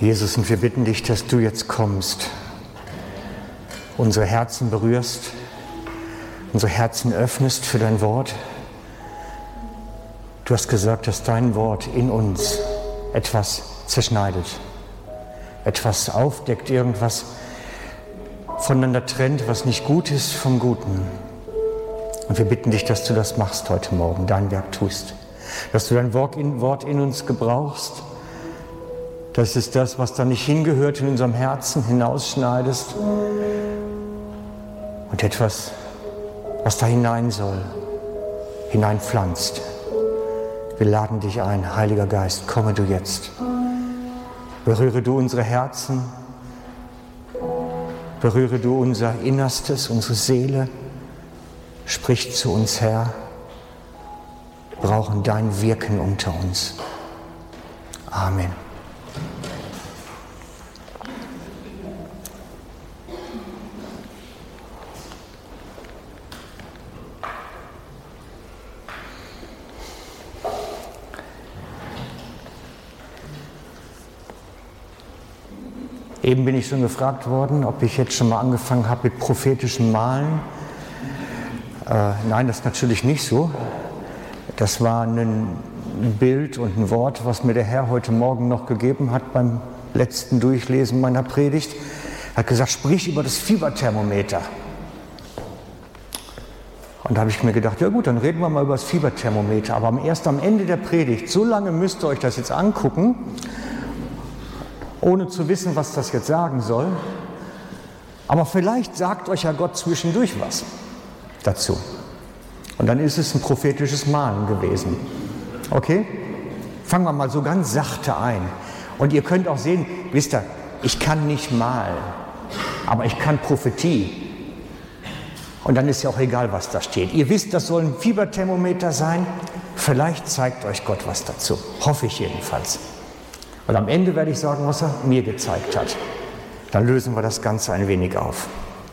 Jesus, und wir bitten dich, dass du jetzt kommst, unsere Herzen berührst, unsere Herzen öffnest für dein Wort. Du hast gesagt, dass dein Wort in uns etwas zerschneidet, etwas aufdeckt, irgendwas voneinander trennt, was nicht gut ist vom Guten. Und wir bitten dich, dass du das machst heute Morgen, dein Werk tust, dass du dein Wort in uns gebrauchst. Das ist das, was da nicht hingehört, in unserem Herzen hinausschneidest und etwas, was da hinein soll, hineinpflanzt. Wir laden dich ein, Heiliger Geist, komme du jetzt. Berühre du unsere Herzen, berühre du unser Innerstes, unsere Seele. Sprich zu uns, Herr. Wir brauchen dein Wirken unter uns. Amen. Eben bin ich schon gefragt worden, ob ich jetzt schon mal angefangen habe mit prophetischem Malen. Nein, das ist natürlich nicht so. Das war ein Bild und ein Wort, was mir der Herr heute Morgen noch gegeben hat beim letzten Durchlesen meiner Predigt. Er hat gesagt, sprich über das Fieberthermometer. Und da habe ich mir gedacht, ja gut, dann reden wir mal über das Fieberthermometer. Aber erst am Ende der Predigt, so lange müsst ihr euch das jetzt angucken, ohne zu wissen, was das jetzt sagen soll. Aber vielleicht sagt euch ja Gott zwischendurch was dazu. Und dann ist es ein prophetisches Malen gewesen. Okay? Fangen wir mal so ganz sachte ein. Und ihr könnt auch sehen, wisst ihr, ich kann nicht malen, aber ich kann Prophetie. Und dann ist ja auch egal, was da steht. Ihr wisst, das soll ein Fieberthermometer sein. Vielleicht zeigt euch Gott was dazu. Hoffe ich jedenfalls. Und am Ende werde ich sagen, was er mir gezeigt hat. Dann lösen wir das Ganze ein wenig auf.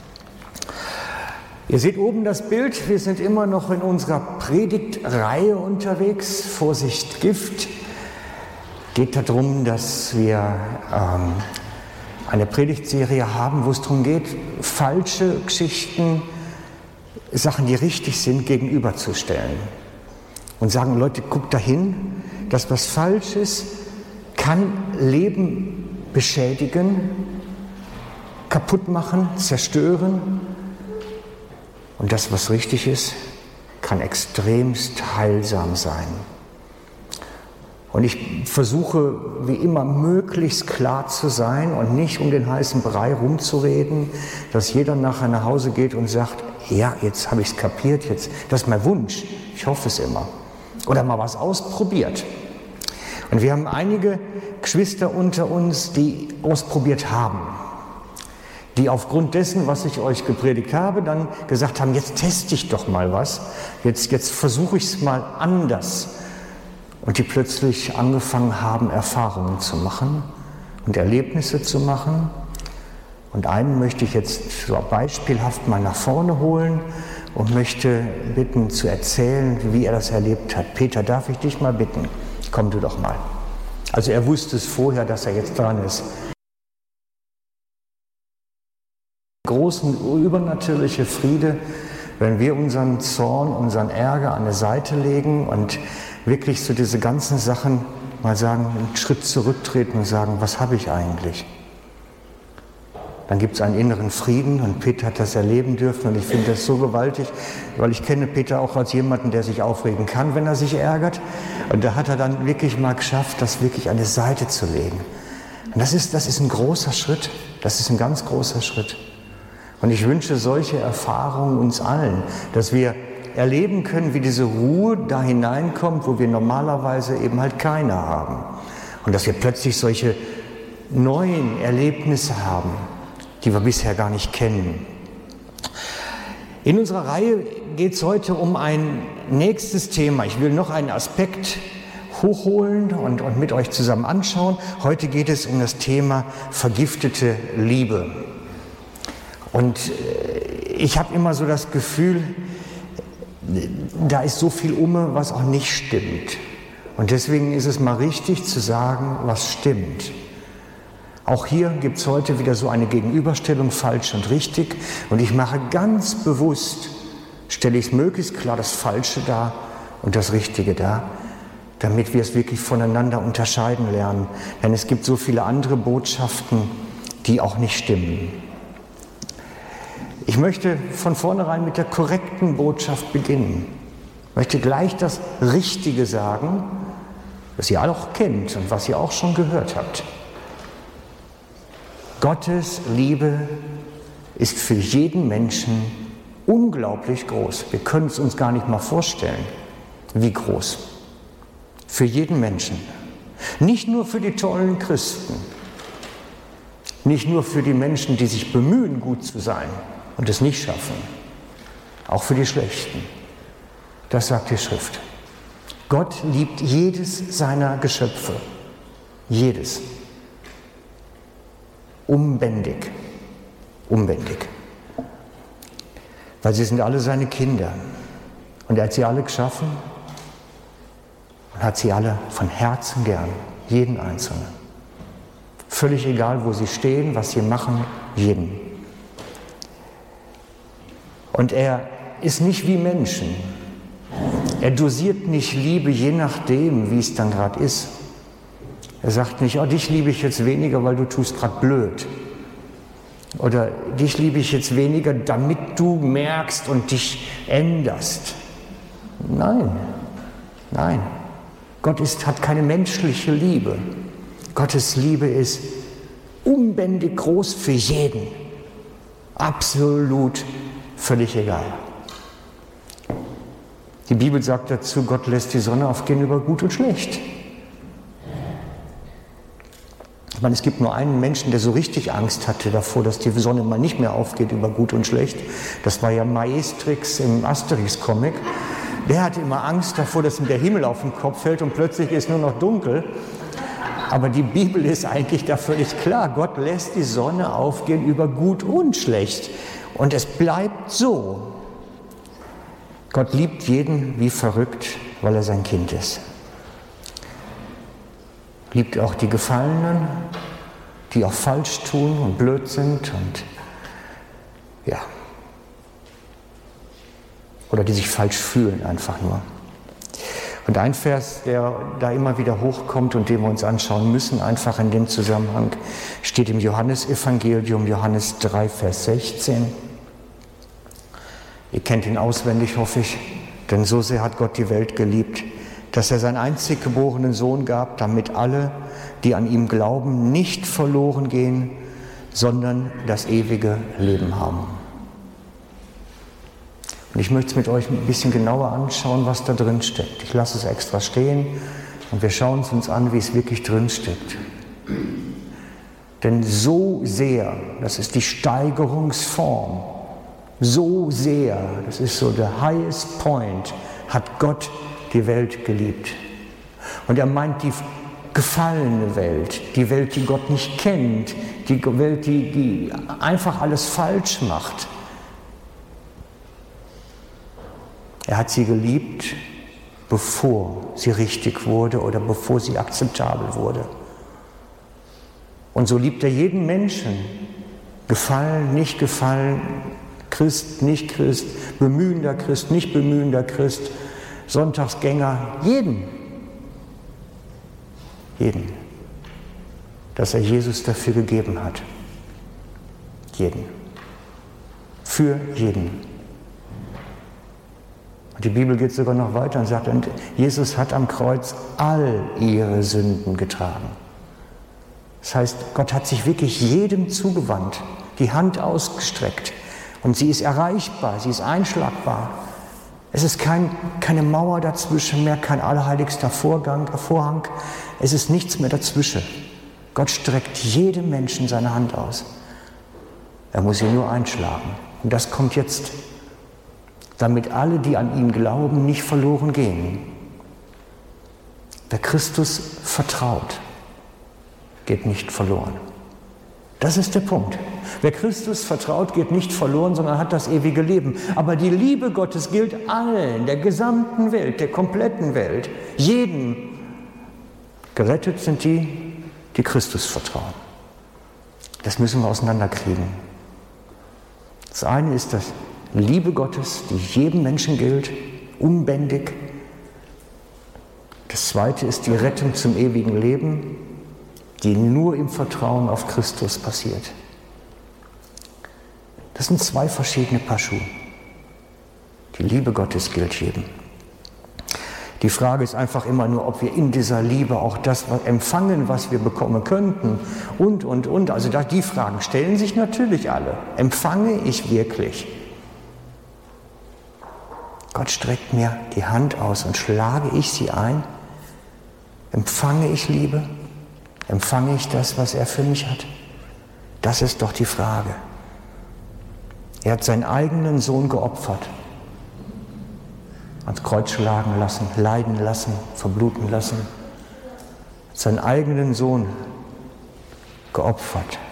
Ihr seht oben das Bild. Wir sind immer noch in unserer Predigtreihe unterwegs. Vorsicht, Gift. Geht darum, dass wir eine Predigtserie haben, wo es darum geht, falsche Geschichten, Sachen, die richtig sind, gegenüberzustellen. Und sagen, Leute, guckt dahin, das, was falsch ist, kann Leben beschädigen, kaputt machen, zerstören. Und das, was richtig ist, kann extremst heilsam sein. Und ich versuche, wie immer, möglichst klar zu sein und nicht um den heißen Brei rumzureden, dass jeder nachher nach Hause geht und sagt, ja, jetzt habe ich es kapiert, jetzt, das ist mein Wunsch. Ich hoffe es immer. Oder mal was ausprobiert. Und wir haben einige Geschwister unter uns, die ausprobiert haben, die aufgrund dessen, was ich euch gepredigt habe, dann gesagt haben, jetzt teste ich doch mal was, jetzt versuche ich es mal anders. Und die plötzlich angefangen haben, Erfahrungen zu machen und Erlebnisse zu machen. Und einen möchte ich jetzt so beispielhaft mal nach vorne holen und möchte bitten zu erzählen, wie er das erlebt hat. Peter, darf ich dich mal bitten? Komm du doch mal. Also er wusste es vorher, dass er jetzt dran ist. Großen übernatürliche Friede, wenn wir unseren Zorn, unseren Ärger an die Seite legen und wirklich so diese ganzen Sachen mal sagen, einen Schritt zurücktreten und sagen, was habe ich eigentlich? Dann gibt es einen inneren Frieden und Peter hat das erleben dürfen und ich finde das so gewaltig, weil ich kenne Peter auch als jemanden, der sich aufregen kann, wenn er sich ärgert. Und da hat er dann wirklich mal geschafft, das wirklich an die Seite zu legen. Und das ist ein großer Schritt, das ist ein ganz großer Schritt. Und ich wünsche solche Erfahrungen uns allen, dass wir erleben können, wie diese Ruhe da hineinkommt, wo wir normalerweise eben halt keine haben. Und dass wir plötzlich solche neuen Erlebnisse haben, die wir bisher gar nicht kennen. In unserer Reihe geht es heute um ein nächstes Thema. Ich will noch einen Aspekt hochholen und mit euch zusammen anschauen. Heute geht es um das Thema vergiftete Liebe. Und ich habe immer so das Gefühl, da ist so viel was auch nicht stimmt. Und deswegen ist es mal richtig zu sagen, was stimmt. Auch hier gibt es heute wieder so eine Gegenüberstellung, falsch und richtig. Und ich mache ganz bewusst, stelle ich möglichst klar das Falsche dar und das Richtige dar, damit wir es wirklich voneinander unterscheiden lernen. Denn es gibt so viele andere Botschaften, die auch nicht stimmen. Ich möchte von vornherein mit der korrekten Botschaft beginnen. Ich möchte gleich das Richtige sagen, das ihr auch kennt und was ihr auch schon gehört habt. Gottes Liebe ist für jeden Menschen unglaublich groß. Wir können es uns gar nicht mal vorstellen, wie groß. Für jeden Menschen. Nicht nur für die tollen Christen. Nicht nur für die Menschen, die sich bemühen, gut zu sein und es nicht schaffen. Auch für die Schlechten. Das sagt die Schrift. Gott liebt jedes seiner Geschöpfe. Jedes. Unbändig. Unbändig. Weil sie sind alle seine Kinder. Und er hat sie alle geschaffen und hat sie alle von Herzen gern. Jeden Einzelnen. Völlig egal, wo sie stehen, was sie machen, jeden. Und er ist nicht wie Menschen. Er dosiert nicht Liebe je nachdem, wie es dann gerade ist. Er sagt nicht, oh, dich liebe ich jetzt weniger, weil du tust gerade blöd. Oder dich liebe ich jetzt weniger, damit du merkst und dich änderst. Nein, nein. Gott hat keine menschliche Liebe. Gottes Liebe ist unbändig groß für jeden. Absolut völlig egal. Die Bibel sagt dazu, Gott lässt die Sonne aufgehen über Gut und Schlecht. Ich meine, es gibt nur einen Menschen, der so richtig Angst hatte davor, dass die Sonne mal nicht mehr aufgeht über Gut und Schlecht. Das war ja Maestrix im Asterix-Comic. Der hatte immer Angst davor, dass ihm der Himmel auf den Kopf fällt und plötzlich ist nur noch dunkel. Aber die Bibel ist eigentlich da völlig klar. Gott lässt die Sonne aufgehen über Gut und Schlecht. Und es bleibt so. Gott liebt jeden wie verrückt, weil er sein Kind ist. Liebt auch die Gefallenen, die auch falsch tun und blöd sind und ja. Oder die sich falsch fühlen einfach nur. Und ein Vers, der da immer wieder hochkommt und den wir uns anschauen müssen, einfach in dem Zusammenhang, steht im Johannesevangelium, Johannes 3, Vers 16. Ihr kennt ihn auswendig, hoffe ich, denn so sehr hat Gott die Welt geliebt, dass er seinen einzig geborenen Sohn gab, damit alle, die an ihm glauben, nicht verloren gehen, sondern das ewige Leben haben. Und ich möchte es mit euch ein bisschen genauer anschauen, was da drin steckt. Ich lasse es extra stehen und wir schauen es uns an, wie es wirklich drin steckt. Denn so sehr, das ist die Steigerungsform, so sehr, das ist so der highest point, hat Gott die Welt geliebt. Und er meint die gefallene Welt, die Welt, die Gott nicht kennt, die Welt, die einfach alles falsch macht. Er hat sie geliebt, bevor sie richtig wurde oder bevor sie akzeptabel wurde. Und so liebt er jeden Menschen, gefallen, nicht gefallen, Christ, nicht Christ, bemühender Christ, nicht bemühender Christ, Sonntagsgänger, jeden. Jeden. Dass er Jesus dafür gegeben hat. Jeden. Für jeden. Und die Bibel geht sogar noch weiter und sagt, und Jesus hat am Kreuz all ihre Sünden getragen. Das heißt, Gott hat sich wirklich jedem zugewandt, die Hand ausgestreckt. Und sie ist erreichbar, sie ist einschlagbar. Es ist keine Mauer dazwischen mehr, kein allerheiligster Vorhang. Es ist nichts mehr dazwischen. Gott streckt jedem Menschen seine Hand aus. Er muss sie nur einschlagen. Und das kommt jetzt, damit alle, die an ihn glauben, nicht verloren gehen. Wer Christus vertraut, geht nicht verloren. Das ist der Punkt. Wer Christus vertraut, geht nicht verloren, sondern hat das ewige Leben. Aber die Liebe Gottes gilt allen, der gesamten Welt, der kompletten Welt, jedem. Gerettet sind die, die Christus vertrauen. Das müssen wir auseinanderkriegen. Das eine ist das Liebe Gottes, die jedem Menschen gilt, unbändig. Das zweite ist die Rettung zum ewigen Leben, die nur im Vertrauen auf Christus passiert. Das sind zwei verschiedene Paar Schuhe. Die Liebe Gottes gilt jedem. Die Frage ist einfach immer nur, ob wir in dieser Liebe auch das empfangen, was wir bekommen könnten und. Also die Fragen stellen sich natürlich alle. Empfange ich wirklich? Gott streckt mir die Hand aus und schlage ich sie ein? Empfange ich Liebe? Empfange ich das, was er für mich hat? Das ist doch die Frage. Er hat seinen eigenen Sohn geopfert. Ans Kreuz schlagen lassen, leiden lassen, verbluten lassen. Seinen eigenen Sohn geopfert.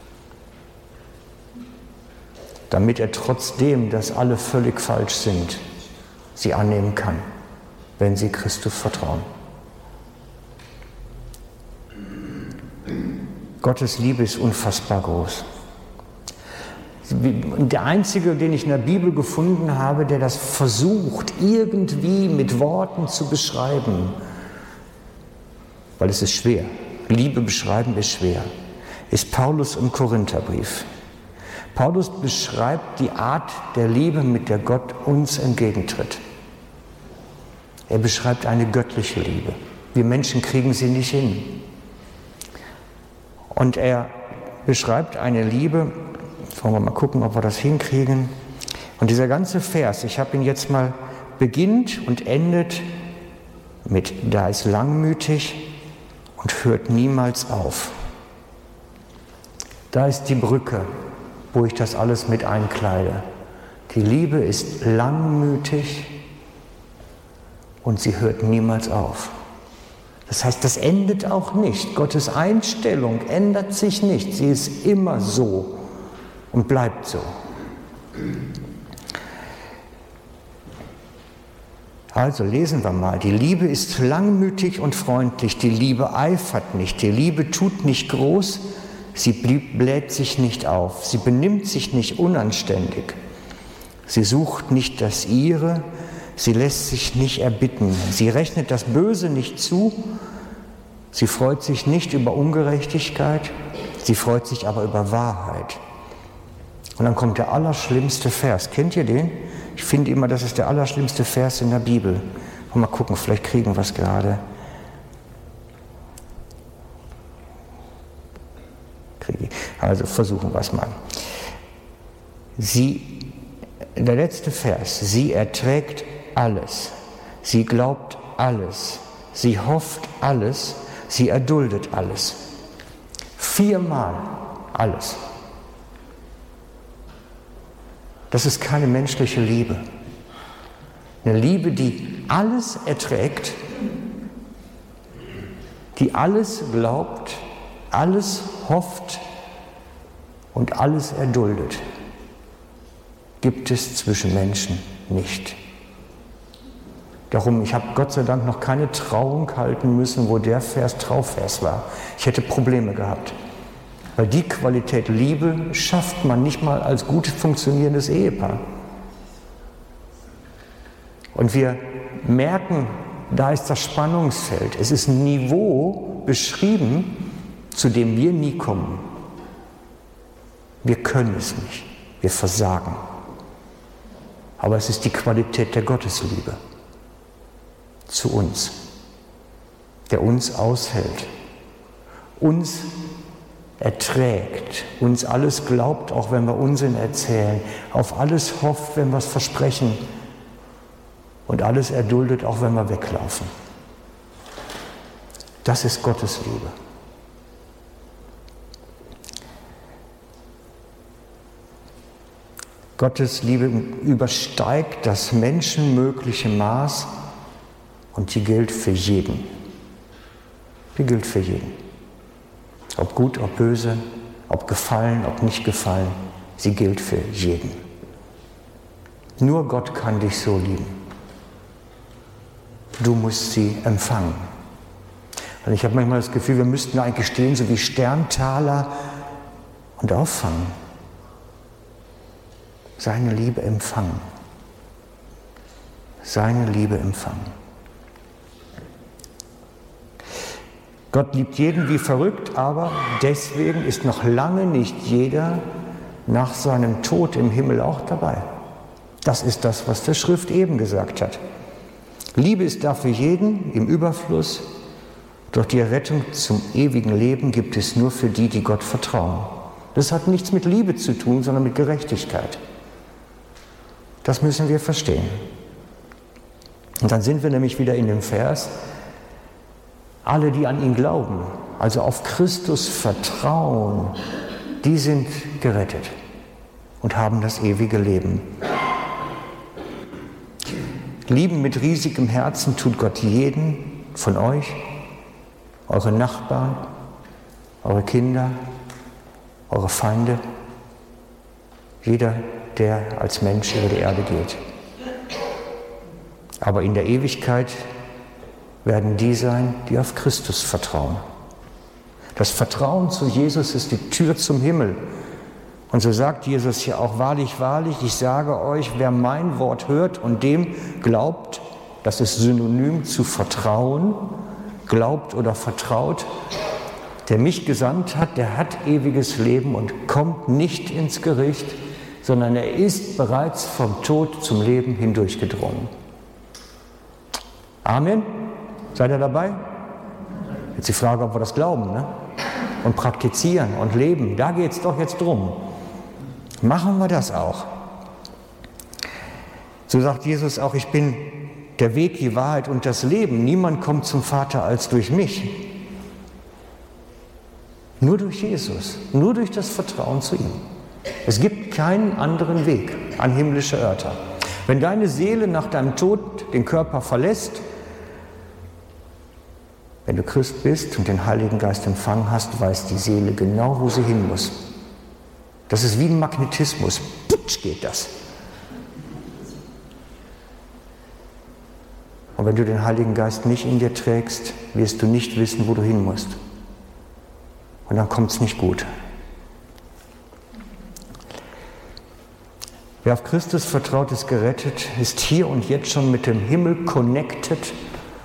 Damit er trotzdem, dass alle völlig falsch sind, sie annehmen kann, wenn sie Christus vertrauen. Gottes Liebe ist unfassbar groß. Der einzige, den ich in der Bibel gefunden habe, der das versucht, irgendwie mit Worten zu beschreiben, weil es ist schwer, Liebe beschreiben ist schwer, ist Paulus im Korintherbrief. Paulus beschreibt die Art der Liebe, mit der Gott uns entgegentritt. Er beschreibt eine göttliche Liebe. Wir Menschen kriegen sie nicht hin. Und er beschreibt eine Liebe, wollen wir mal gucken, ob wir das hinkriegen. Und dieser ganze Vers, ich habe ihn jetzt mal, beginnt und endet mit: Da ist langmütig und hört niemals auf. Da ist die Brücke, wo ich das alles mit einkleide. Die Liebe ist langmütig und sie hört niemals auf. Das heißt, das endet auch nicht. Gottes Einstellung ändert sich nicht. Sie ist immer so und bleibt so. Also lesen wir mal. Die Liebe ist langmütig und freundlich. Die Liebe eifert nicht. Die Liebe tut nicht groß. Sie bläht sich nicht auf. Sie benimmt sich nicht unanständig. Sie sucht nicht das Ihre. Sie lässt sich nicht erbitten. Sie rechnet das Böse nicht zu. Sie freut sich nicht über Ungerechtigkeit. Sie freut sich aber über Wahrheit. Und dann kommt der allerschlimmste Vers. Kennt ihr den? Ich finde immer, das ist der allerschlimmste Vers in der Bibel. Mal gucken, vielleicht kriegen wir es gerade. Also versuchen wir es mal. Der letzte Vers. Sie erträgt alles. Sie glaubt alles. Sie hofft alles. Sie erduldet alles. 4-mal alles. Das ist keine menschliche Liebe. Eine Liebe, die alles erträgt, die alles glaubt, alles hofft und alles erduldet, gibt es zwischen Menschen nicht. Darum, ich habe Gott sei Dank noch keine Trauung halten müssen, wo der Vers Trauvers war. Ich hätte Probleme gehabt. Weil die Qualität Liebe schafft man nicht mal als gut funktionierendes Ehepaar. Und wir merken, da ist das Spannungsfeld. Es ist ein Niveau beschrieben, zu dem wir nie kommen. Wir können es nicht. Wir versagen. Aber es ist die Qualität der Gottesliebe zu uns, der uns aushält, uns erträgt, uns alles glaubt, auch wenn wir Unsinn erzählen, auf alles hofft, wenn wir es versprechen und alles erduldet, auch wenn wir weglaufen. Das ist Gottes Liebe. Gottes Liebe übersteigt das menschenmögliche Maß und die gilt für jeden. Die gilt für jeden. Ob gut, ob böse, ob gefallen, ob nicht gefallen, sie gilt für jeden. Nur Gott kann dich so lieben. Du musst sie empfangen. Und ich habe manchmal das Gefühl, wir müssten eigentlich stehen, so wie Sterntaler und auffangen. Seine Liebe empfangen. Seine Liebe empfangen. Gott liebt jeden wie verrückt, aber deswegen ist noch lange nicht jeder nach seinem Tod im Himmel auch dabei. Das ist das, was die Schrift eben gesagt hat. Liebe ist da für jeden im Überfluss, doch die Errettung zum ewigen Leben gibt es nur für die, die Gott vertrauen. Das hat nichts mit Liebe zu tun, sondern mit Gerechtigkeit. Das müssen wir verstehen. Und dann sind wir nämlich wieder in dem Vers, alle, die an ihn glauben, also auf Christus vertrauen, die sind gerettet und haben das ewige Leben. Lieben mit riesigem Herzen tut Gott jeden von euch, eure Nachbarn, eure Kinder, eure Feinde, jeder, der als Mensch über die Erde geht. Aber in der Ewigkeit werden die sein, die auf Christus vertrauen. Das Vertrauen zu Jesus ist die Tür zum Himmel. Und so sagt Jesus ja auch, wahrlich, wahrlich, ich sage euch, wer mein Wort hört und dem glaubt, das ist synonym zu vertrauen, glaubt oder vertraut, der mich gesandt hat, der hat ewiges Leben und kommt nicht ins Gericht, sondern er ist bereits vom Tod zum Leben hindurchgedrungen. Amen. Seid ihr dabei? Jetzt die Frage, ob wir das glauben, ne? Und praktizieren und leben. Da geht es doch jetzt drum. Machen wir das auch. So sagt Jesus auch, ich bin der Weg, die Wahrheit und das Leben. Niemand kommt zum Vater als durch mich. Nur durch Jesus, nur durch das Vertrauen zu ihm. Es gibt keinen anderen Weg an himmlische Örter. Wenn deine Seele nach deinem Tod den Körper verlässt, wenn du Christ bist und den Heiligen Geist empfangen hast, weiß die Seele genau, wo sie hin muss. Das ist wie ein Magnetismus. Putsch geht das. Und wenn du den Heiligen Geist nicht in dir trägst, wirst du nicht wissen, wo du hin musst. Und dann kommt es nicht gut. Wer auf Christus vertraut, ist gerettet, ist hier und jetzt schon mit dem Himmel connected.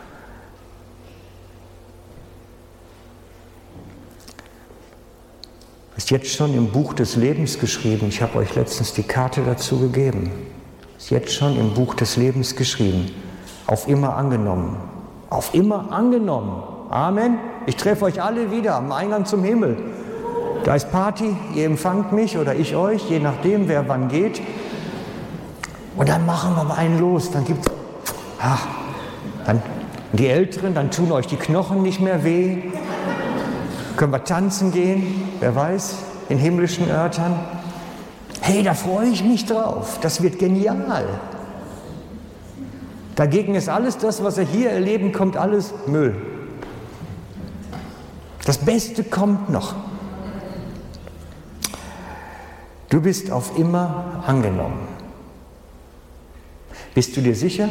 Ist jetzt schon im Buch des Lebens geschrieben. Ich habe euch letztens die Karte dazu gegeben. Ist jetzt schon im Buch des Lebens geschrieben. Auf immer angenommen. Auf immer angenommen. Amen. Ich treffe euch alle wieder am Eingang zum Himmel. Da ist Party, ihr empfangt mich oder ich euch, je nachdem, wer wann geht. Und dann machen wir mal einen los. Dann gibt's, dann die Älteren, dann tun euch die Knochen nicht mehr weh. Können wir tanzen gehen, wer weiß, in himmlischen Örtern. Hey, da freue ich mich drauf. Das wird genial. Dagegen ist alles das, was wir hier erleben, kommt alles Müll. Das Beste kommt noch. Du bist auf immer angenommen. Bist du dir sicher?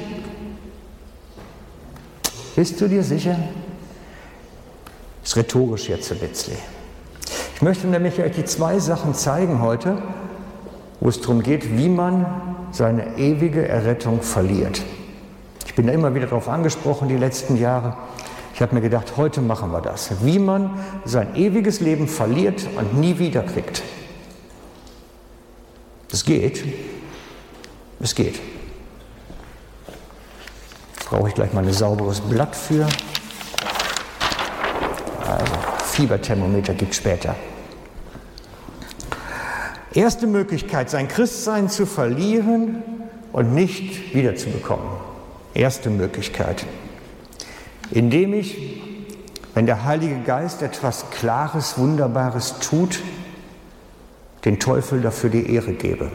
Bist du dir sicher? Ist rhetorisch jetzt ein bisschen. Ich möchte nämlich euch die zwei Sachen zeigen heute, wo es darum geht, wie man seine ewige Errettung verliert. Ich bin da immer wieder darauf angesprochen, die letzten Jahre. Ich habe mir gedacht, heute machen wir das. Wie man sein ewiges Leben verliert und nie wieder kriegt. Es geht. Es geht. Brauche ich gleich mal ein sauberes Blatt für. Also, Fieberthermometer gibt es später. Erste Möglichkeit, sein Christsein zu verlieren und nicht wiederzubekommen. Erste Möglichkeit. Indem ich, wenn der Heilige Geist etwas Klares, Wunderbares tut, den Teufel dafür die Ehre gebe.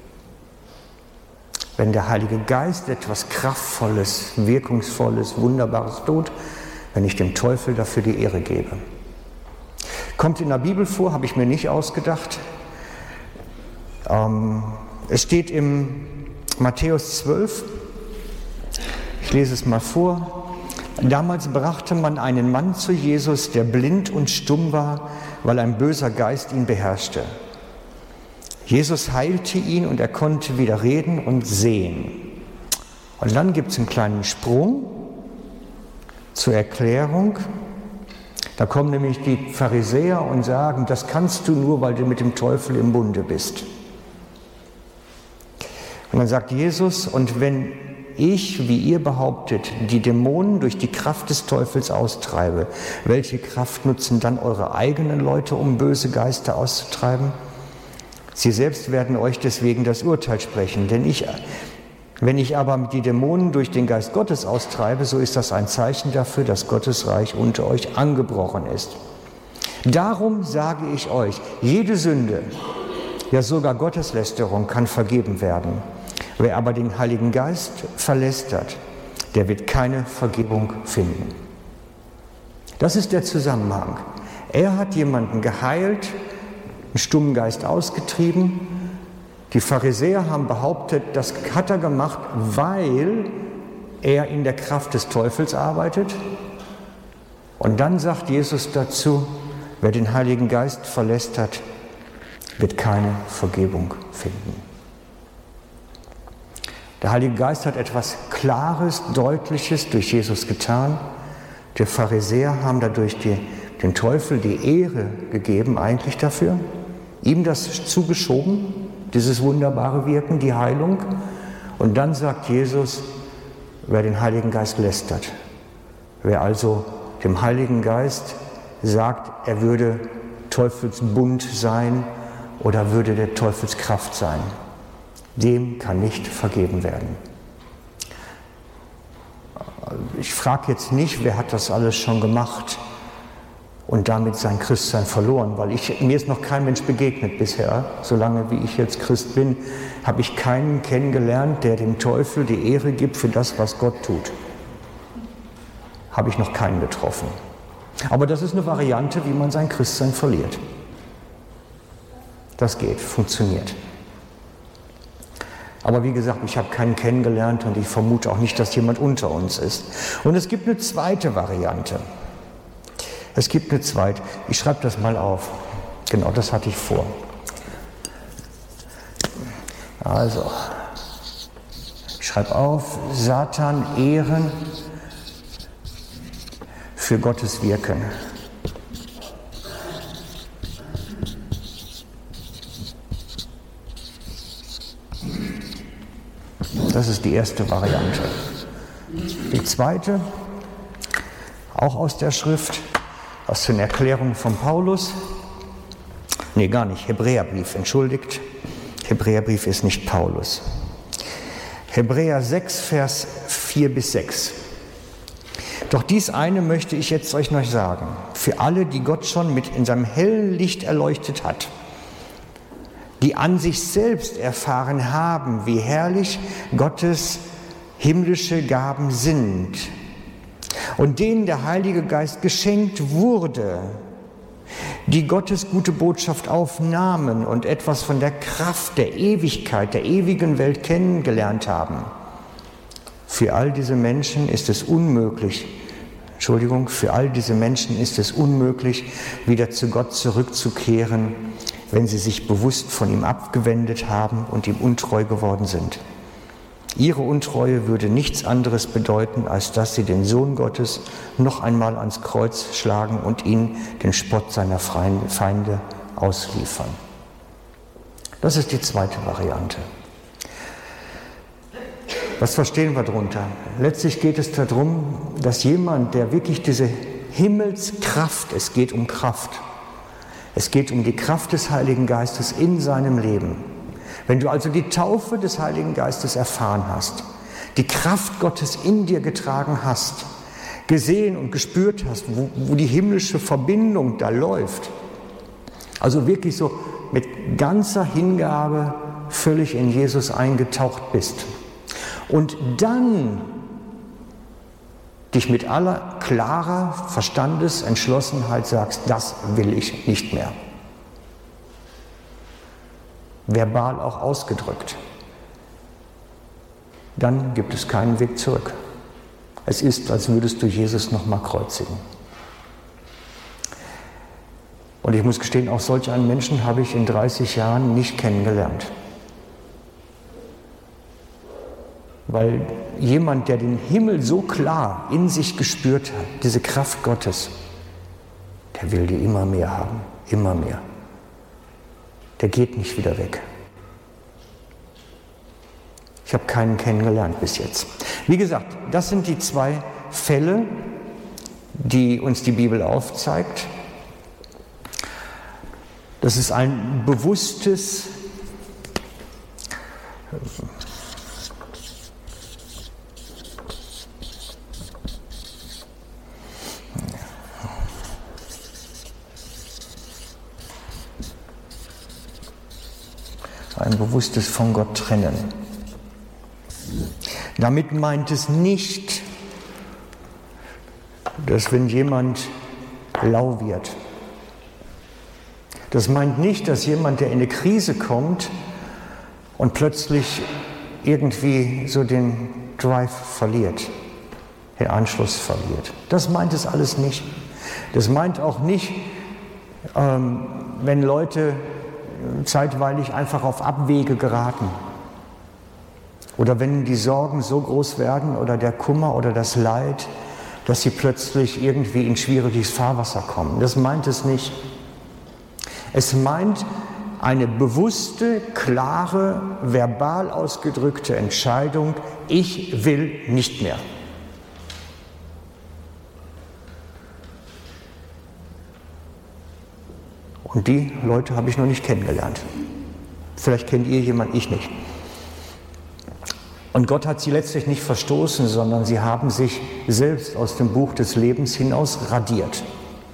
Wenn der Heilige Geist etwas Kraftvolles, Wirkungsvolles, Wunderbares tut, wenn ich dem Teufel dafür die Ehre gebe. Kommt in der Bibel vor, habe ich mir nicht ausgedacht. Es steht im Matthäus 12, ich lese es mal vor, Damals brachte man einen Mann zu Jesus, der blind und stumm war, weil ein böser Geist ihn beherrschte. Jesus heilte ihn und er konnte wieder reden und sehen. Und dann gibt es einen kleinen Sprung zur Erklärung. Da kommen nämlich die Pharisäer und sagen, das kannst du nur, weil du mit dem Teufel im Bunde bist. Und dann sagt Jesus, und wenn ich, wie ihr behauptet, die Dämonen durch die Kraft des Teufels austreibe, welche Kraft nutzen dann eure eigenen Leute, um böse Geister auszutreiben? Sie selbst werden euch deswegen das Urteil sprechen, denn wenn ich aber die Dämonen durch den Geist Gottes austreibe, so ist das ein Zeichen dafür, dass Gottes Reich unter euch angebrochen ist. Darum sage ich euch, jede Sünde, ja sogar Gotteslästerung kann vergeben werden. Wer aber den Heiligen Geist verlästert, der wird keine Vergebung finden. Das ist der Zusammenhang. Er hat jemanden geheilt, einen stummen Geist ausgetrieben. Die Pharisäer haben behauptet, das hat er gemacht, weil er in der Kraft des Teufels arbeitet. Und dann sagt Jesus dazu, wer den Heiligen Geist verlästert, wird keine Vergebung finden. Der Heilige Geist hat etwas Klares, Deutliches durch Jesus getan. Die Pharisäer haben dadurch den Teufel die Ehre gegeben, eigentlich dafür, ihm das zugeschoben, dieses wunderbare Wirken, die Heilung. Und dann sagt Jesus, wer den Heiligen Geist lästert, wer also dem Heiligen Geist sagt, er würde Teufelsbund sein oder würde der Teufelskraft sein, dem kann nicht vergeben werden. Ich frage jetzt nicht, wer hat das alles schon gemacht und damit sein Christsein verloren, weil mir ist noch kein Mensch begegnet bisher, solange wie ich jetzt Christ bin, habe ich keinen kennengelernt, der dem Teufel die Ehre gibt für das, was Gott tut. Habe ich noch keinen getroffen. Aber das ist eine Variante, wie man sein Christsein verliert. Das geht, funktioniert. Aber wie gesagt, ich habe keinen kennengelernt und ich vermute auch nicht, dass jemand unter uns ist. Und es gibt eine zweite Variante. Ich schreibe das mal auf. Genau, das hatte ich vor. Also, ich schreibe auf, Satan ehren für Gottes Wirken. Das ist die erste Variante. Die zweite, auch aus der Schrift, aus den Erklärungen von Paulus. Nee, gar nicht, Hebräerbrief, entschuldigt. Hebräerbrief ist nicht Paulus. Hebräer 6, Vers 4 bis 6. Doch dies eine möchte ich jetzt euch noch sagen, für alle, die Gott schon mit in seinem hellen Licht erleuchtet hat, die an sich selbst erfahren haben, wie herrlich Gottes himmlische Gaben sind und denen der Heilige Geist geschenkt wurde, die Gottes gute Botschaft aufnahmen und etwas von der Kraft der Ewigkeit, der ewigen Welt kennengelernt haben. Für all diese Menschen ist es unmöglich, wieder zu Gott zurückzukehren, wenn sie sich bewusst von ihm abgewendet haben und ihm untreu geworden sind. Ihre Untreue würde nichts anderes bedeuten, als dass sie den Sohn Gottes noch einmal ans Kreuz schlagen und ihn den Spott seiner Feinde ausliefern. Das ist die zweite Variante. Was verstehen wir darunter? Letztlich geht es darum, dass jemand, der wirklich diese Himmelskraft, es geht um Kraft, es geht um die Kraft des Heiligen Geistes in seinem Leben. Wenn du also die Taufe des Heiligen Geistes erfahren hast, die Kraft Gottes in dir getragen hast, gesehen und gespürt hast, wo die himmlische Verbindung da läuft, also wirklich so mit ganzer Hingabe völlig in Jesus eingetaucht bist und dann dich mit aller klarer Verstandesentschlossenheit sagst, das will ich nicht mehr. Verbal auch ausgedrückt. Dann gibt es keinen Weg zurück. Es ist, als würdest du Jesus nochmal kreuzigen. Und ich muss gestehen, auch solch einen Menschen habe ich in 30 Jahren nicht kennengelernt. Weil jemand, der den Himmel so klar in sich gespürt hat, diese Kraft Gottes, der will die immer mehr haben, immer mehr. Der geht nicht wieder weg. Ich habe keinen kennengelernt bis jetzt. Wie gesagt, das sind die zwei Fälle, die uns die Bibel aufzeigt. Das ist ein bewusstes von Gott trennen. Damit meint es nicht, dass wenn jemand lau wird, das meint nicht, dass jemand, der in eine Krise kommt und plötzlich irgendwie so den Drive verliert, den Anschluss verliert. Das meint es alles nicht. Das meint auch nicht, wenn Leute zeitweilig einfach auf Abwege geraten oder wenn die Sorgen so groß werden oder der Kummer oder das Leid, dass sie plötzlich irgendwie in schwieriges Fahrwasser kommen. Das meint es nicht. Es meint eine bewusste, klare, verbal ausgedrückte Entscheidung, ich will nicht mehr. Und die Leute habe ich noch nicht kennengelernt. Vielleicht kennt ihr jemanden, ich nicht. Und Gott hat sie letztlich nicht verstoßen, sondern sie haben sich selbst aus dem Buch des Lebens hinaus radiert.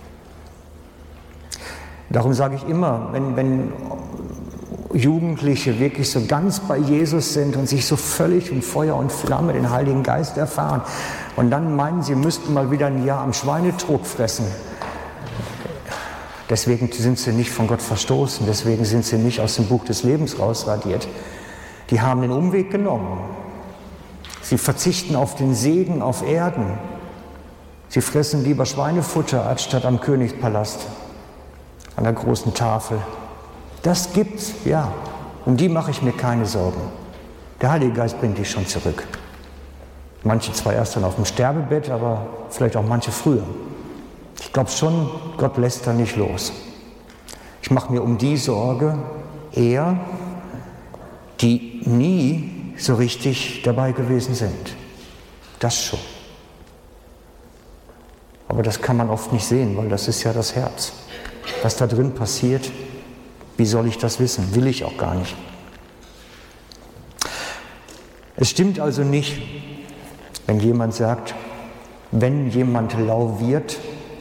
Darum sage ich immer, wenn Jugendliche wirklich so ganz bei Jesus sind und sich so völlig in Feuer und Flamme den Heiligen Geist erfahren und dann meinen, sie müssten mal wieder ein Jahr am Schweinetrog fressen, deswegen sind sie nicht von Gott verstoßen, deswegen sind sie nicht aus dem Buch des Lebens rausradiert. Die haben den Umweg genommen. Sie verzichten auf den Segen auf Erden. Sie fressen lieber Schweinefutter als statt am Königspalast, an der großen Tafel. Das gibt's, ja. Um die mache ich mir keine Sorgen. Der Heilige Geist bringt die schon zurück. Manche zwar erst dann auf dem Sterbebett, aber vielleicht auch manche früher. Ich glaube schon, Gott lässt da nicht los. Ich mache mir um die Sorge eher, die nie so richtig dabei gewesen sind. Das schon. Aber das kann man oft nicht sehen, weil das ist ja das Herz. Was da drin passiert, wie soll ich das wissen? Will ich auch gar nicht. Es stimmt also nicht, wenn jemand sagt, wenn jemand lau wird,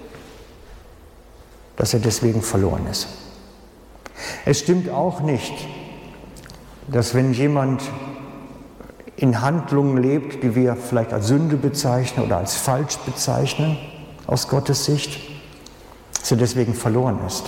dass er deswegen verloren ist. Es stimmt auch nicht, dass wenn jemand in Handlungen lebt, die wir vielleicht als Sünde bezeichnen oder als falsch bezeichnen, aus Gottes Sicht, dass er deswegen verloren ist.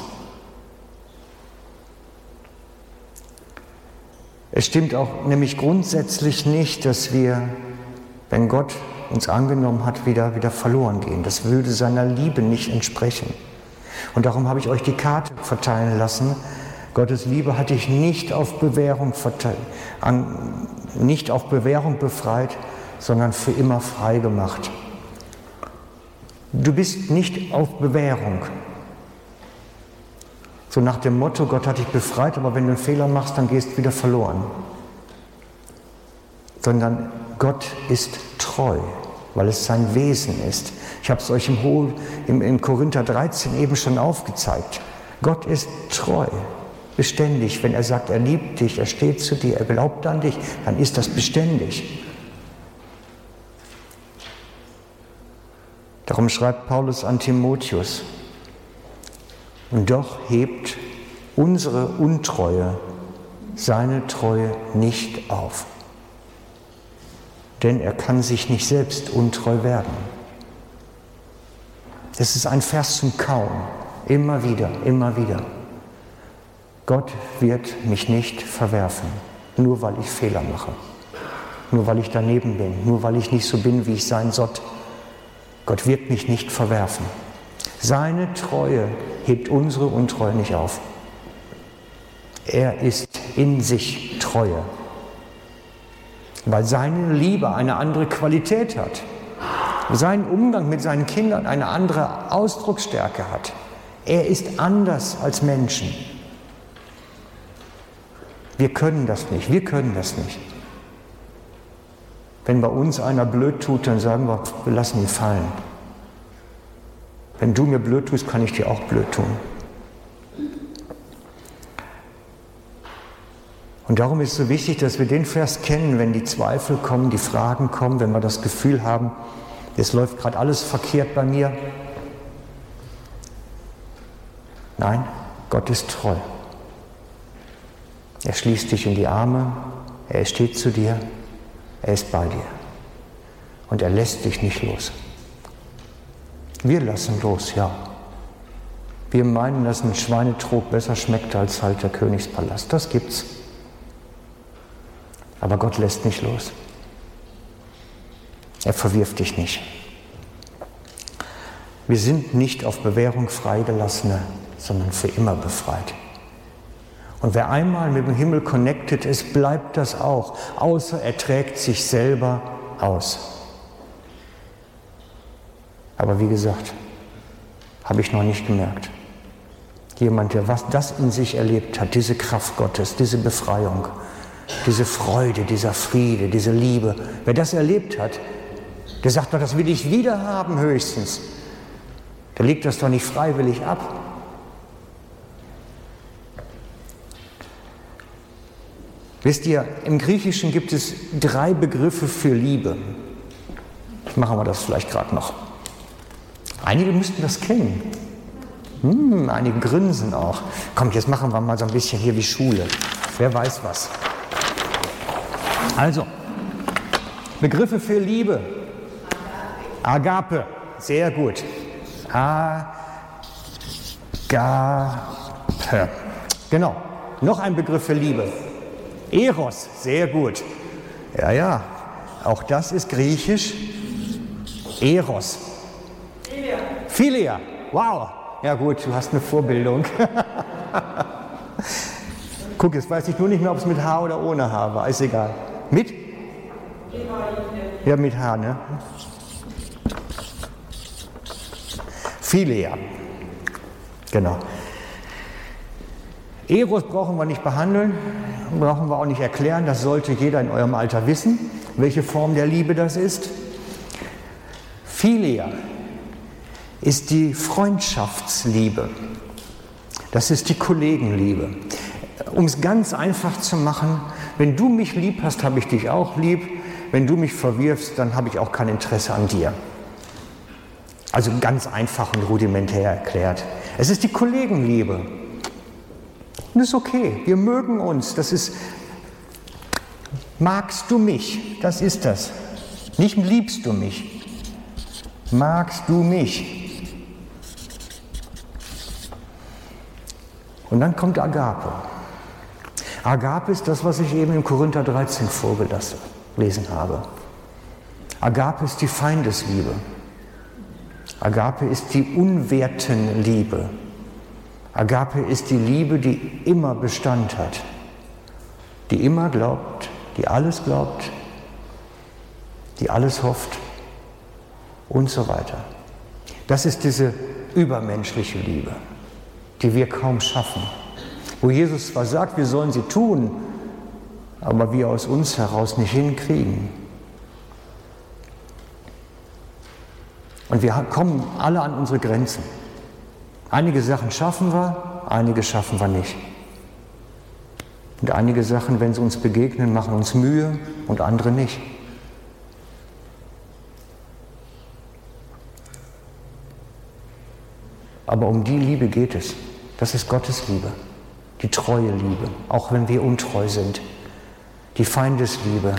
Es stimmt auch nämlich grundsätzlich nicht, dass wir, wenn Gott uns angenommen hat, wieder verloren gehen. Das würde seiner Liebe nicht entsprechen. Und darum habe ich euch die Karte verteilen lassen. Gottes Liebe hat dich nicht auf Bewährung befreit, sondern für immer frei gemacht. Du bist nicht auf Bewährung. So nach dem Motto, Gott hat dich befreit, aber wenn du einen Fehler machst, dann gehst du wieder verloren. Sondern Gott ist treu, weil es sein Wesen ist. Ich habe es euch im Korinther 13 eben schon aufgezeigt. Gott ist treu, beständig. Wenn er sagt, er liebt dich, er steht zu dir, er glaubt an dich, dann ist das beständig. Darum schreibt Paulus an Timotheus, und doch hebt unsere Untreue seine Treue nicht auf. Denn er kann sich nicht selbst untreu werden. Das ist ein Vers zum Kauen. Immer wieder, immer wieder. Gott wird mich nicht verwerfen, nur weil ich Fehler mache. nur weil ich daneben bin, nur weil ich nicht so bin, wie ich sein sollte. Gott wird mich nicht verwerfen. Seine Treue hebt unsere Untreue nicht auf. Er ist in sich Treue, weil seine Liebe eine andere Qualität hat, sein Umgang mit seinen Kindern eine andere Ausdrucksstärke hat. Er ist anders als Menschen. Wir können das nicht, Wenn bei uns einer blöd tut, dann sagen wir lassen ihn fallen. Wenn du mir blöd tust, kann ich dir auch blöd tun. Und darum ist es so wichtig, dass wir den Vers kennen, wenn die Zweifel kommen, die Fragen kommen, wenn wir das Gefühl haben, es läuft gerade alles verkehrt bei mir. Nein, Gott ist treu. Er schließt dich in die Arme, er steht zu dir, er ist bei dir. Und er lässt dich nicht los. Wir lassen los, ja. Wir meinen, dass ein Schweinetrog besser schmeckt als halt der Königspalast. Das gibt's. Aber Gott lässt nicht los. Er verwirft dich nicht. Wir sind nicht auf Bewährung Freigelassene, sondern für immer befreit. Und wer einmal mit dem Himmel connected ist, bleibt das auch, außer er trägt sich selber aus. Aber wie gesagt, habe ich noch nicht gemerkt. Jemand, der das in sich erlebt hat, diese Kraft Gottes, diese Befreiung, diese Freude, dieser Friede, diese Liebe, wer das erlebt hat, der sagt doch, das will ich wieder haben höchstens. Der legt das doch nicht freiwillig ab. Wisst ihr, im Griechischen gibt es 3 Begriffe für Liebe. Machen wir das vielleicht gerade noch. Einige müssten das kennen. Einige grinsen auch. Komm, jetzt machen wir mal so ein bisschen hier wie Schule. Wer weiß was. Also, Begriffe für Liebe. Agape, sehr gut. Agape. Genau, noch ein Begriff für Liebe. Eros, sehr gut. Ja, auch das ist griechisch. Eros. Philia, wow. Ja gut, du hast eine Vorbildung. Guck, jetzt weiß ich nur nicht mehr, ob es mit H oder ohne H war, ist egal. Mit? Ja, mit H, ne? Philia, genau. Eros brauchen wir nicht behandeln, brauchen wir auch nicht erklären, das sollte jeder in eurem Alter wissen, welche Form der Liebe das ist. Philia ist die Freundschaftsliebe, das ist die Kollegenliebe. Um es ganz einfach zu machen, wenn du mich lieb hast, habe ich dich auch lieb, wenn du mich verwirfst, dann habe ich auch kein Interesse an dir. Also ganz einfach und rudimentär erklärt. Es ist die Kollegenliebe. Und das ist okay, wir mögen uns, das ist, magst du mich, das ist das. Nicht liebst du mich, magst du mich. Und dann kommt Agape. Agape ist das, was ich eben in Korinther 13 vorgelesen habe. Agape ist die Feindesliebe. Agape ist die Unwertenliebe. Agape ist die Liebe, die immer Bestand hat, die immer glaubt, die alles glaubt, die alles hofft und so weiter. Das ist diese übermenschliche Liebe, die wir kaum schaffen, wo Jesus zwar sagt, wir sollen sie tun, aber wir aus uns heraus nicht hinkriegen. Und wir kommen alle an unsere Grenzen. Einige Sachen schaffen wir, einige schaffen wir nicht. Und einige Sachen, wenn sie uns begegnen, machen uns Mühe und andere nicht. Aber um die Liebe geht es. Das ist Gottes Liebe, die treue Liebe, auch wenn wir untreu sind. Die Feindesliebe.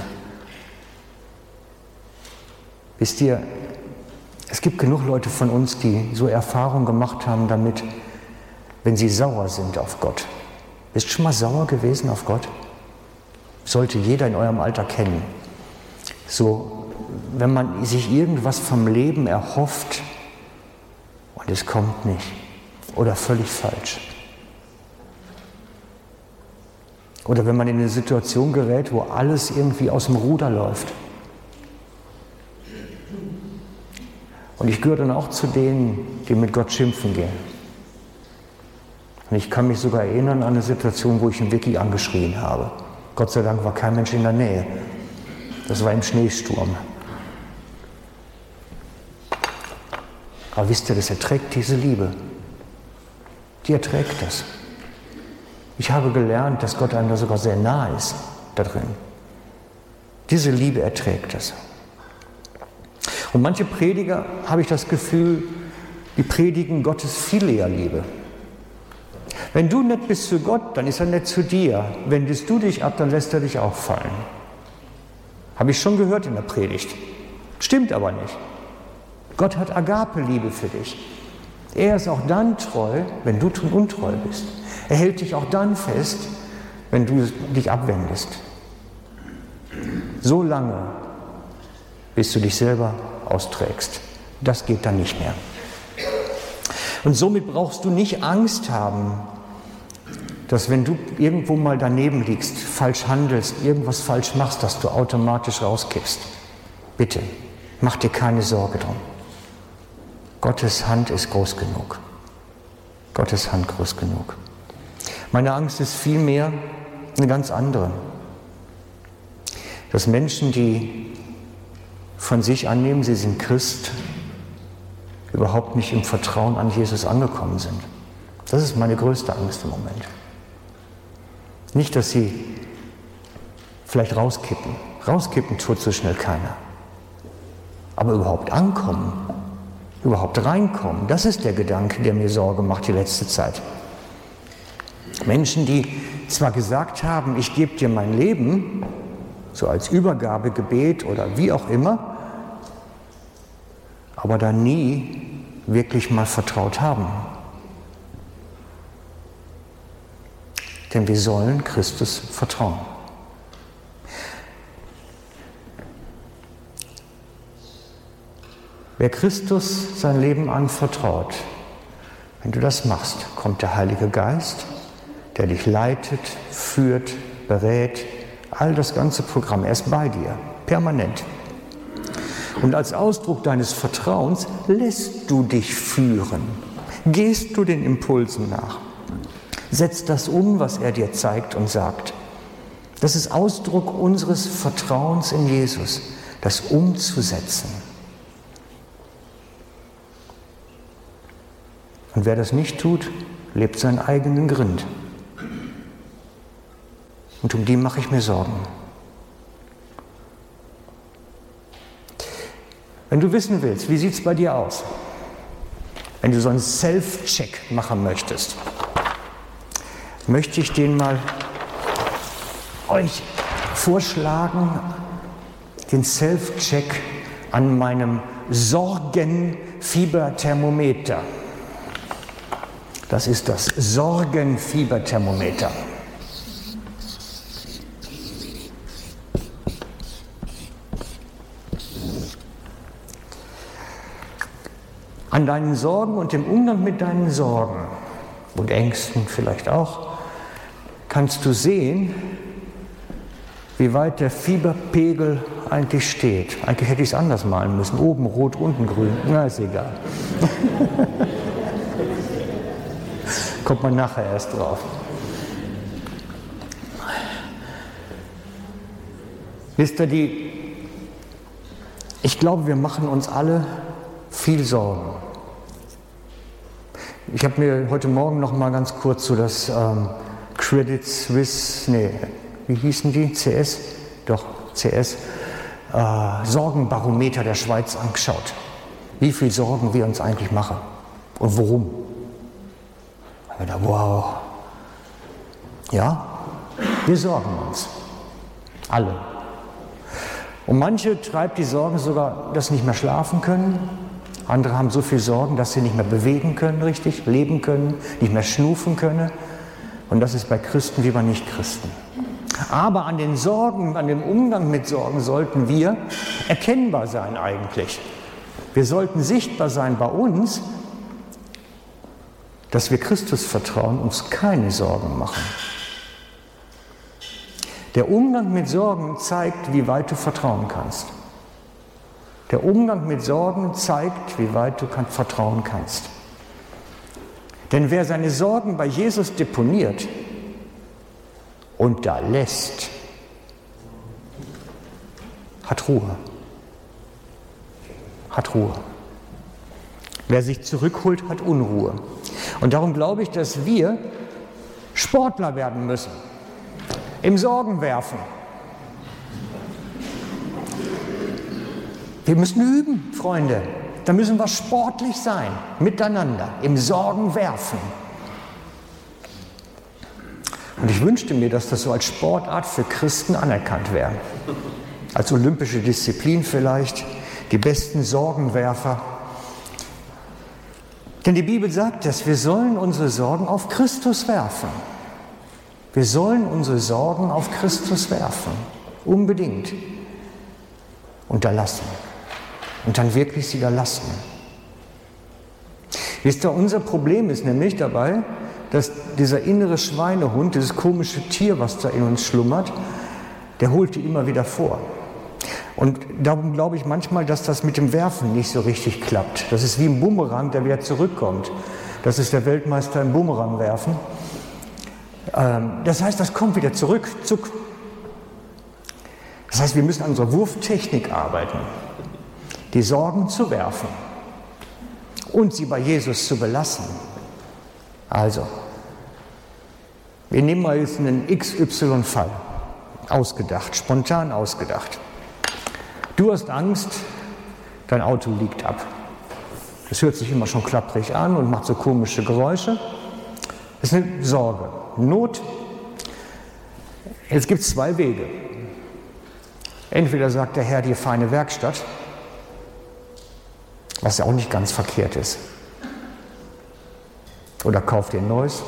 Wisst ihr, es gibt genug Leute von uns, die so Erfahrungen gemacht haben damit, wenn sie sauer sind auf Gott. Bist du schon mal sauer gewesen auf Gott? Sollte jeder in eurem Alter kennen. So, wenn man sich irgendwas vom Leben erhofft und es kommt nicht oder völlig falsch. Oder wenn man in eine Situation gerät, wo alles irgendwie aus dem Ruder läuft. Und ich gehöre dann auch zu denen, die mit Gott schimpfen gehen. Und ich kann mich sogar erinnern an eine Situation, wo ich ihn wirklich angeschrien habe. Gott sei Dank war kein Mensch in der Nähe. Das war im Schneesturm. Aber wisst ihr, das erträgt diese Liebe. Die erträgt das. Ich habe gelernt, dass Gott einem da sogar sehr nah ist, da drin. Diese Liebe erträgt das. Und manche Prediger, habe ich das Gefühl, die predigen Gottes Philea-Liebe. Wenn du nett bist zu Gott, dann ist er nett zu dir. Wendest du dich ab, dann lässt er dich auch fallen. Habe ich schon gehört in der Predigt. Stimmt aber nicht. Gott hat Agape-Liebe für dich. Er ist auch dann treu, wenn du untreu bist. Er hält dich auch dann fest, wenn du dich abwendest. So lange, bis du dich selber austrägst. Das geht dann nicht mehr. Und somit brauchst du nicht Angst haben, dass wenn du irgendwo mal daneben liegst, falsch handelst, irgendwas falsch machst, dass du automatisch rauskippst. Bitte, mach dir keine Sorge drum. Gottes Hand ist groß genug. Gottes Hand groß genug. Meine Angst ist vielmehr eine ganz andere. Dass Menschen, die von sich annehmen, sie sind Christ, überhaupt nicht im Vertrauen an Jesus angekommen sind. Das ist meine größte Angst im Moment. Nicht, dass sie vielleicht rauskippen. Rauskippen tut so schnell keiner. Aber überhaupt ankommen, überhaupt reinkommen, das ist der Gedanke, der mir Sorge macht die letzte Zeit. Menschen, die zwar gesagt haben, ich gebe dir mein Leben, so als Übergabegebet oder wie auch immer, aber da nie wirklich mal vertraut haben. Denn wir sollen Christus vertrauen. Wer Christus sein Leben anvertraut, wenn du das machst, kommt der Heilige Geist, der dich leitet, führt, berät, all das ganze Programm, er ist bei dir, permanent. Und als Ausdruck deines Vertrauens lässt du dich führen, gehst du den Impulsen nach, setzt das um, was er dir zeigt und sagt. Das ist Ausdruck unseres Vertrauens in Jesus, das umzusetzen. Und wer das nicht tut, lebt seinen eigenen Grind. Und um die mache ich mir Sorgen. Wenn du wissen willst, wie sieht es bei dir aus? Wenn du so einen Self-Check machen möchtest, möchte ich den mal euch vorschlagen, den Self-Check an meinem Sorgenfieberthermometer. Das ist das Sorgenfieberthermometer. An deinen Sorgen und dem Umgang mit deinen Sorgen und Ängsten vielleicht auch, kannst du sehen, wie weit der Fieberpegel eigentlich steht. Eigentlich hätte ich es anders malen müssen. Oben rot, unten grün. Na, ist egal. Kommt man nachher erst drauf. Wisst ihr, ich glaube, wir machen uns alle viel Sorgen. Ich habe mir heute Morgen noch mal ganz kurz so das Credit Suisse, wie hießen die? CS? Doch, CS. Sorgenbarometer der Schweiz angeschaut. Wie viel Sorgen wir uns eigentlich machen und warum. Ich dachte, wow. Ja, wir sorgen uns. Alle. Und manche treibt die Sorgen sogar, dass sie nicht mehr schlafen können. Andere haben so viel Sorgen, dass sie nicht mehr bewegen können, richtig, leben können, nicht mehr schnufen können. Und das ist bei Christen wie bei Nichtchristen. Aber an den Sorgen, an dem Umgang mit Sorgen sollten wir erkennbar sein eigentlich. Wir sollten sichtbar sein bei uns, dass wir Christus vertrauen, uns keine Sorgen machen. Der Umgang mit Sorgen zeigt, wie weit du vertrauen kannst. Der Umgang mit Sorgen zeigt, wie weit du vertrauen kannst. Denn wer seine Sorgen bei Jesus deponiert und da lässt, hat Ruhe. Hat Ruhe. Wer sich zurückholt, hat Unruhe. Und darum glaube ich, dass wir Sportler werden müssen. Im Sorgenwerfen. Wir müssen üben, Freunde. Da müssen wir sportlich sein, miteinander, im Sorgenwerfen. Und ich wünschte mir, dass das so als Sportart für Christen anerkannt wäre. Als olympische Disziplin vielleicht, die besten Sorgenwerfer. Denn die Bibel sagt das, wir sollen unsere Sorgen auf Christus werfen. Wir sollen unsere Sorgen auf Christus werfen. Unbedingt. Und da lassen. Und dann wirklich sie da lassen. Wisst ihr, unser Problem ist nämlich dabei, dass dieser innere Schweinehund, dieses komische Tier, was da in uns schlummert, der holt die immer wieder vor. Und darum glaube ich manchmal, dass das mit dem Werfen nicht so richtig klappt. Das ist wie ein Bumerang, der wieder zurückkommt. Das ist der Weltmeister im Bumerangwerfen. Das heißt, das kommt wieder zurück. Zuck. Das heißt, wir müssen an unserer Wurftechnik arbeiten, die Sorgen zu werfen und sie bei Jesus zu belassen. Also, wir nehmen mal jetzt einen XY-Fall, ausgedacht, spontan ausgedacht. Du hast Angst, dein Auto liegt ab. Das hört sich immer schon klapprig an und macht so komische Geräusche. Das ist eine Sorge, Not. Jetzt gibt es zwei Wege. Entweder sagt der Herr dir feine Werkstatt, was ja auch nicht ganz verkehrt ist. Oder kauft dir ein neues.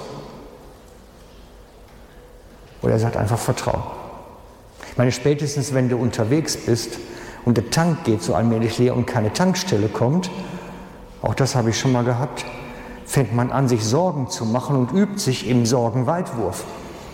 Oder er sagt einfach Vertrauen. Ich meine, spätestens wenn du unterwegs bist und der Tank geht so allmählich leer und keine Tankstelle kommt, auch das habe ich schon mal gehabt, fängt man an, sich Sorgen zu machen und übt sich im Sorgenweitwurf.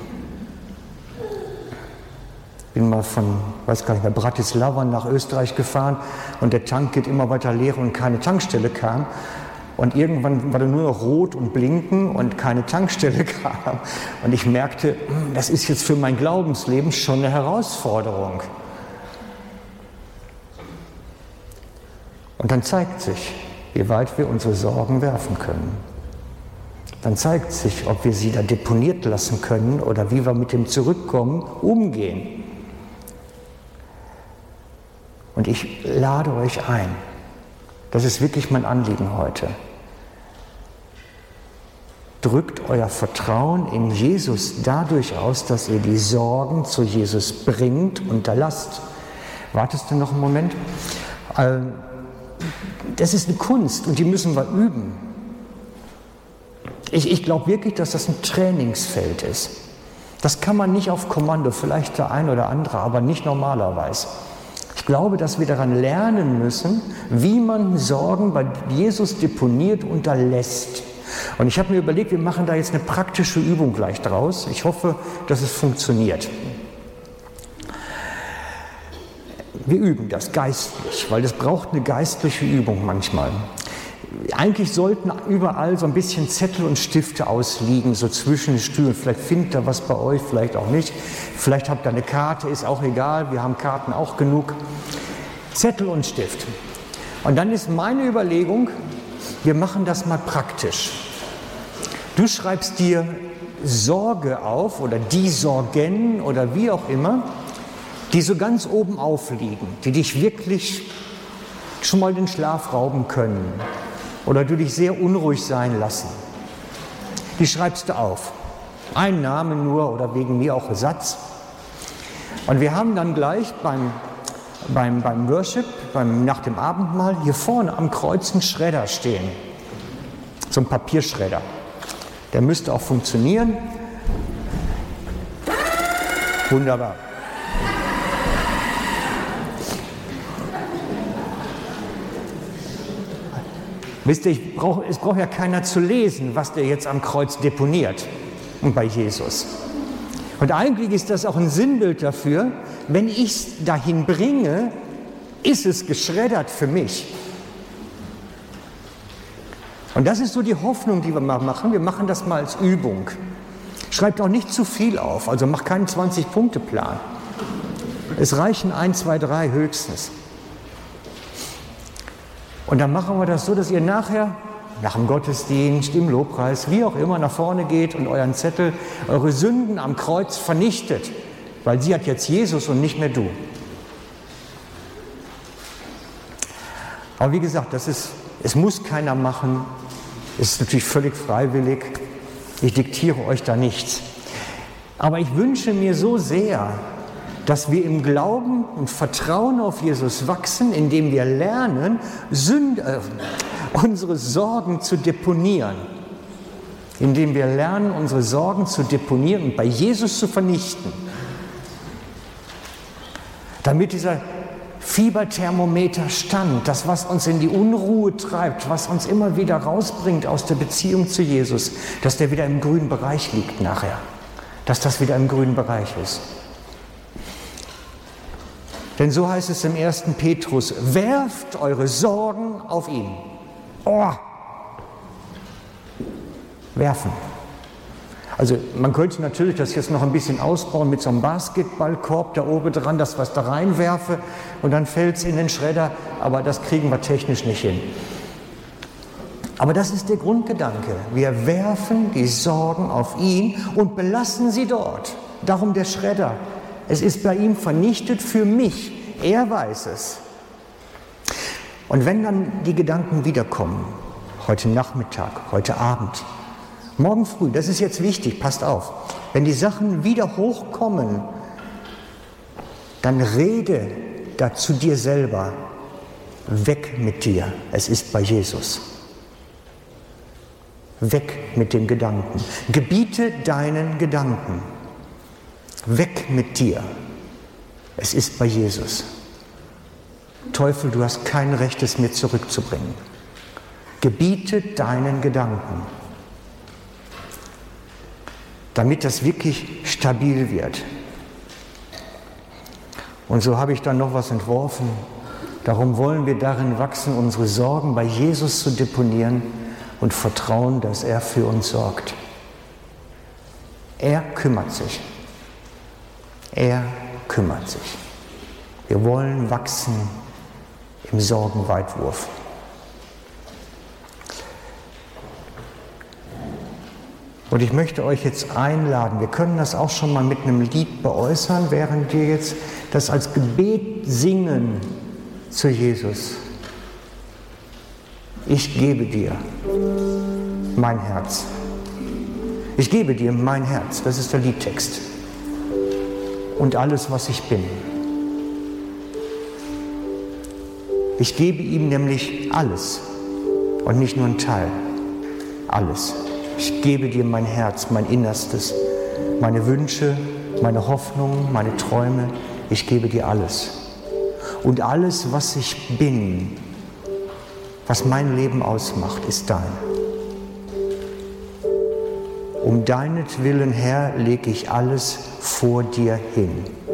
Bin mal von, weiß gar nicht mehr, Bratislava nach Österreich gefahren und der Tank geht immer weiter leer und keine Tankstelle kam. Und irgendwann war da nur noch rot und blinken und keine Tankstelle kam. Und ich merkte, das ist jetzt für mein Glaubensleben schon eine Herausforderung. Und dann zeigt sich, wie weit wir unsere Sorgen werfen können. Dann zeigt sich, ob wir sie da deponiert lassen können oder wie wir mit dem Zurückkommen umgehen. Und ich lade euch ein, das ist wirklich mein Anliegen heute. Drückt euer Vertrauen in Jesus dadurch aus, dass ihr die Sorgen zu Jesus bringt und da lasst. Wartest du noch einen Moment? Das ist eine Kunst und die müssen wir üben. Ich glaube wirklich, dass das ein Trainingsfeld ist. Das kann man nicht auf Kommando, vielleicht der ein oder andere, aber nicht normalerweise. Ich glaube, dass wir daran lernen müssen, wie man Sorgen bei Jesus deponiert und da lässt. Und ich habe mir überlegt, wir machen da jetzt eine praktische Übung gleich draus. Ich hoffe, dass es funktioniert. Wir üben das geistlich, weil das braucht eine geistliche Übung manchmal. Eigentlich sollten überall so ein bisschen Zettel und Stifte ausliegen, so zwischen den Stühlen. Vielleicht findet ihr was bei euch, vielleicht auch nicht. Vielleicht habt ihr eine Karte, ist auch egal, wir haben Karten auch genug. Zettel und Stift. Und dann ist meine Überlegung, wir machen das mal praktisch. Du schreibst dir Sorge auf oder die Sorgen oder wie auch immer, die so ganz oben aufliegen, die dich wirklich schon mal den Schlaf rauben können oder du dich sehr unruhig sein lassen. Die schreibst du auf. Ein Name nur oder wegen mir auch ein Satz. Und wir haben dann gleich beim Worship, nach dem Abendmahl, hier vorne am Kreuz einen Schredder stehen. So ein Papierschredder. Der müsste auch funktionieren. Wunderbar. Wisst ihr, es braucht ja keiner zu lesen, was der jetzt am Kreuz deponiert und bei Jesus. Und eigentlich ist das auch ein Sinnbild dafür, wenn ich es dahin bringe, ist es geschreddert für mich. Und das ist so die Hoffnung, die wir mal machen. Wir machen das mal als Übung. Schreibt auch nicht zu viel auf, also macht keinen 20-Punkte-Plan. Es reichen 1, 2, 3 höchstens. Und dann machen wir das so, dass ihr nachher, nach dem Gottesdienst, im Lobpreis, wie auch immer, nach vorne geht und euren Zettel, eure Sünden am Kreuz vernichtet, weil sie hat jetzt Jesus und nicht mehr du. Aber wie gesagt, es muss keiner machen, es ist natürlich völlig freiwillig, ich diktiere euch da nichts. Aber ich wünsche mir so sehr, dass wir im Glauben und Vertrauen auf Jesus wachsen, indem wir lernen, unsere Sorgen zu deponieren. Indem wir lernen, unsere Sorgen zu deponieren und bei Jesus zu vernichten. Damit dieser Fieberthermometerstand, das, was uns in die Unruhe treibt, was uns immer wieder rausbringt aus der Beziehung zu Jesus, dass der wieder im grünen Bereich liegt nachher. Dass das wieder im grünen Bereich ist. Denn so heißt es im 1. Petrus, werft eure Sorgen auf ihn. Oh! Werfen. Also man könnte natürlich das jetzt noch ein bisschen ausbauen mit so einem Basketballkorb da oben dran, das was da reinwerfe und dann fällt es in den Schredder, aber das kriegen wir technisch nicht hin. Aber das ist der Grundgedanke. Wir werfen die Sorgen auf ihn und belassen sie dort. Darum der Schredder. Es ist bei ihm vernichtet für mich. Er weiß es. Und wenn dann die Gedanken wiederkommen, heute Nachmittag, heute Abend, morgen früh, das ist jetzt wichtig, passt auf, wenn die Sachen wieder hochkommen, dann rede da zu dir selber, weg mit dir, es ist bei Jesus. Weg mit den Gedanken. Gebiete deinen Gedanken. Weg mit dir. Es ist bei Jesus. Teufel, du hast kein Recht, es mir zurückzubringen. Gebiete deinen Gedanken. Damit das wirklich stabil wird. Und so habe ich dann noch was entworfen. Darum wollen wir darin wachsen, unsere Sorgen bei Jesus zu deponieren und vertrauen, dass er für uns sorgt. Er kümmert sich. Er kümmert sich. Wir wollen wachsen im Sorgenweitwurf. Und ich möchte euch jetzt einladen, wir können das auch schon mal mit einem Lied beäußern, während wir jetzt das als Gebet singen zu Jesus. Ich gebe dir mein Herz. Ich gebe dir mein Herz, das ist der Liedtext. Und alles, was ich bin. Ich gebe ihm nämlich alles und nicht nur einen Teil. Alles. Ich gebe dir mein Herz, mein Innerstes, meine Wünsche, meine Hoffnungen, meine Träume. Ich gebe dir alles. Und alles, was ich bin, was mein Leben ausmacht, ist dein. Um deinetwillen, Herr, lege ich alles vor dir hin.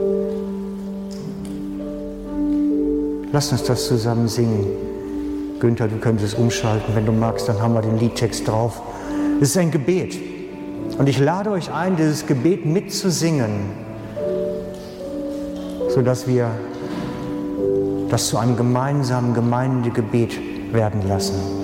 Lass uns das zusammen singen. Günther, du könntest es umschalten, wenn du magst, dann haben wir den Liedtext drauf. Es ist ein Gebet. Und ich lade euch ein, dieses Gebet mitzusingen, sodass wir das zu einem gemeinsamen Gemeindegebet werden lassen.